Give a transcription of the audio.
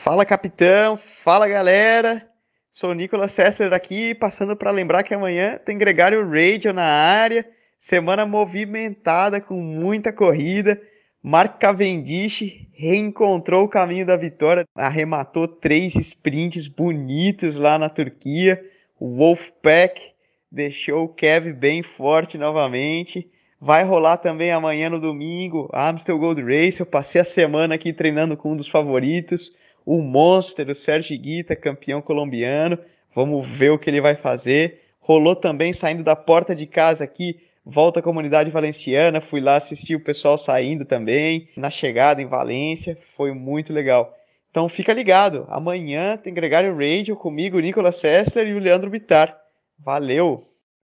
Fala, capitão. Fala, galera. Sou o Nicolas Sessler aqui, passando para lembrar que amanhã tem Gregário Radio na área. Semana movimentada com muita corrida. Mark Cavendish reencontrou o caminho da vitória, arrematou 3 sprints bonitos lá na Turquia. O Wolfpack deixou o Kev bem forte novamente. Vai rolar também amanhã no domingo, a Amstel Gold Race. Eu passei a semana aqui treinando com um dos favoritos, o Monster, o Sergio Higuita, campeão colombiano. Vamos ver o que ele vai fazer. Rolou também saindo da porta de casa aqui, volta à comunidade valenciana. Fui lá assistir o pessoal saindo também, na chegada em Valência. Foi muito legal. Então fica ligado, amanhã tem Gregário Radio comigo, o Nicolas Sessler e o Leandro Bittar. Valeu!